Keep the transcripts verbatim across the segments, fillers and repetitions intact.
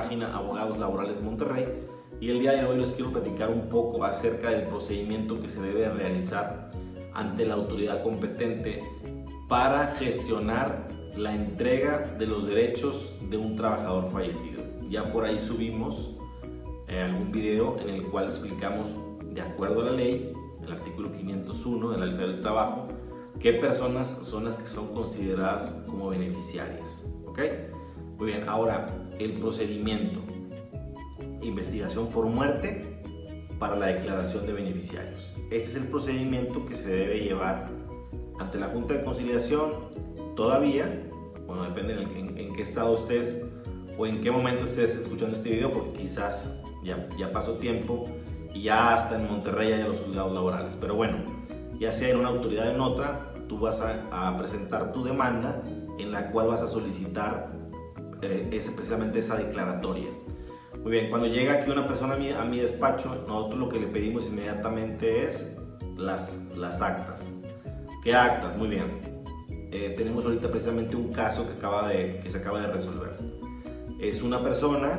página Abogados Laborales Monterrey, y el día de hoy les quiero platicar un poco acerca del procedimiento que se debe realizar ante la autoridad competente para gestionar la entrega de los derechos de un trabajador fallecido. Ya por ahí subimos eh, algún video en el cual explicamos, de acuerdo a la ley, el artículo quinientos uno de la Ley del Trabajo, qué personas son las que son consideradas como beneficiarias. ¿Ok? Muy bien, ahora el procedimiento: investigación por muerte para la declaración de beneficiarios. Ese es el procedimiento que se debe llevar ante la Junta de Conciliación. Todavía, bueno, depende en, en, en qué estado estés o en qué momento estés escuchando este video, porque quizás ya, ya pasó tiempo y ya hasta en Monterrey hay los juzgados laborales. Pero bueno, ya sea en una autoridad o en otra, tú vas a, a presentar tu demanda en la cual vas a solicitar eh, ese, precisamente esa declaratoria. Muy bien, cuando llega aquí una persona a mi, a mi despacho, nosotros lo que le pedimos inmediatamente es las, las actas. ¿Qué actas? Muy bien. Eh, tenemos ahorita precisamente un caso que, acaba de, que se acaba de resolver. Es una persona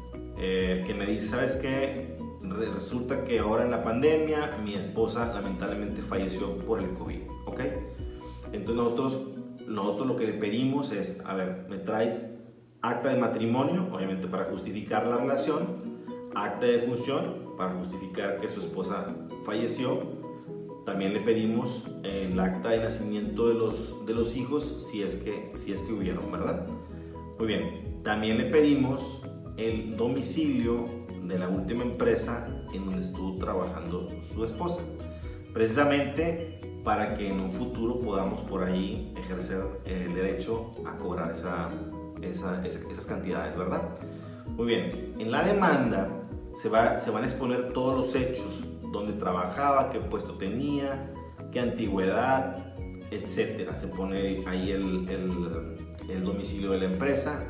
eh, que me dice, ¿sabes qué? Resulta que ahora en la pandemia mi esposa lamentablemente falleció por el COVID, ¿ok? Entonces nosotros, nosotros lo que le pedimos es, a ver, me traes acta de matrimonio, obviamente para justificar la relación, acta de defunción para justificar que su esposa falleció. También le pedimos el acta de nacimiento de los, de los hijos, si es, que, si es que hubieron, ¿verdad? Muy bien, también le pedimos el domicilio de la última empresa en donde estuvo trabajando su esposa, precisamente para que en un futuro podamos por ahí ejercer el derecho a cobrar esa, esa, esa, esas cantidades, ¿verdad? Muy bien, en la demanda se, va, se van a exponer todos los hechos: dónde trabajaba, qué puesto tenía, qué antigüedad, etcétera. Se pone ahí el, el, el domicilio de la empresa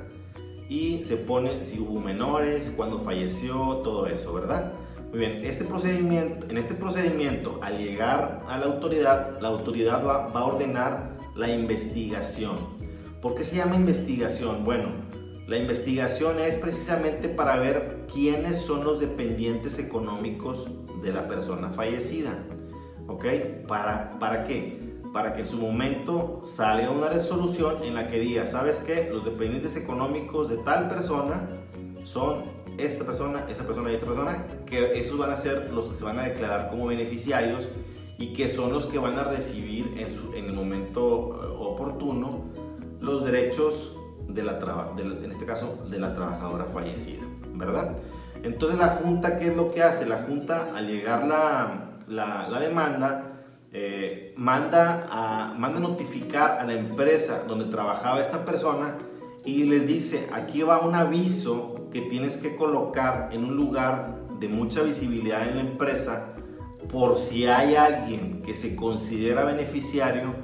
y se pone si hubo menores, cuándo falleció, todo eso, ¿verdad? Muy bien, este procedimiento, en este procedimiento, al llegar a la autoridad, la autoridad va, va a ordenar la investigación. ¿Por qué se llama investigación? Bueno, la investigación es precisamente para ver quiénes son los dependientes económicos de la persona fallecida. ¿Ok? ¿Para, para qué? Para que en su momento salga una resolución en la que diga, ¿sabes qué? Los dependientes económicos de tal persona son esta persona, esta persona y esta persona, que esos van a ser los que se van a declarar como beneficiarios y que son los que van a recibir en, su, en el momento oportuno los derechos de la, de, en este caso, de la trabajadora fallecida, ¿verdad? Entonces la Junta, ¿qué es lo que hace? La Junta, al llegar la, la, la demanda, eh, manda a manda notificar a la empresa donde trabajaba esta persona y les dice, aquí va un aviso que tienes que colocar en un lugar de mucha visibilidad en la empresa, por si hay alguien que se considera beneficiario,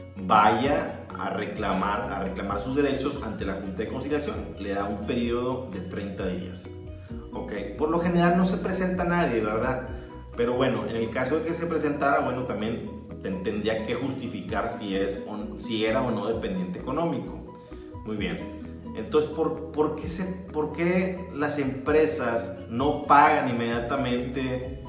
vaya a reclamar, a reclamar sus derechos ante la Junta de Conciliación. Le da un periodo de treinta días. Ok, por lo general no se presenta nadie, ¿verdad? Pero bueno, en el caso de que se presentara, bueno, también tendría que justificar si, es o, si era o no dependiente económico. Muy bien. Entonces, ¿por, por, qué se, ¿por qué las empresas no pagan inmediatamente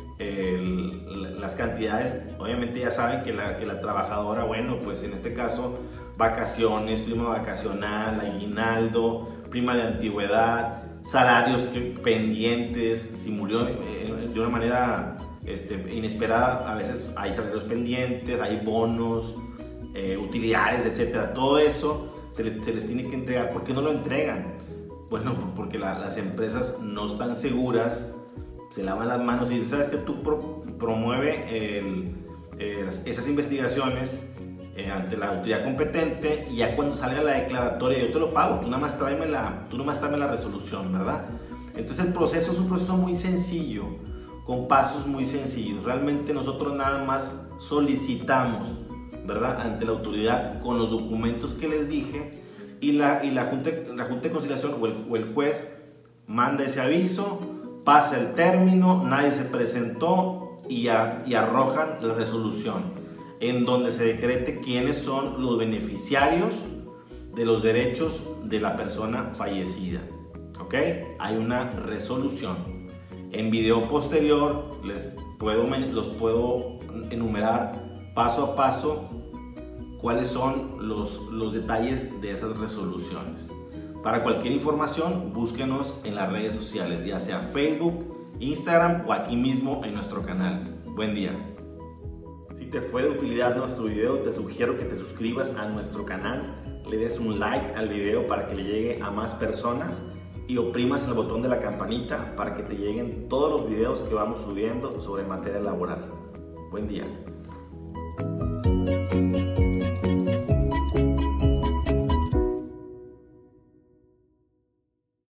el, las cantidades? Obviamente ya saben que la, que la trabajadora, bueno, pues en este caso, vacaciones, prima vacacional, aguinaldo, prima de antigüedad, salarios que, pendientes, si murió eh, de una manera este, inesperada, a veces hay salarios pendientes, hay bonos, eh, utilidades, etcétera. Todo eso se, le, se les tiene que entregar. ¿Por qué no lo entregan? Bueno, porque la, las empresas no están seguras, se lavan las manos y dicen, ¿sabes qué? Tú pro, promueve el, eh, esas investigaciones Eh, ante la autoridad competente, y ya cuando salga la declaratoria yo te lo pago, tú nada más tráeme la, tú nada más tráeme la resolución, ¿verdad? Entonces el proceso es un proceso muy sencillo, con pasos muy sencillos. Realmente nosotros nada más solicitamos, ¿verdad?, ante la autoridad con los documentos que les dije, y la, y la, junta, la Junta de Conciliación o el, o el juez manda ese aviso, pasa el término, nadie se presentó y, a, y arrojan la resolución, en donde se decrete quiénes son los beneficiarios de los derechos de la persona fallecida. ¿ok? Hay una resolución. En video posterior les puedo, los puedo enumerar paso a paso cuáles son los, los detalles de esas resoluciones. Para cualquier información, búsquenos en las redes sociales, ya sea Facebook, Instagram o aquí mismo en nuestro canal. Buen día. Si te fue de utilidad nuestro video, te sugiero que te suscribas a nuestro canal, le des un like al video para que le llegue a más personas y oprimas el botón de la campanita para que te lleguen todos los videos que vamos subiendo sobre materia laboral. Buen día.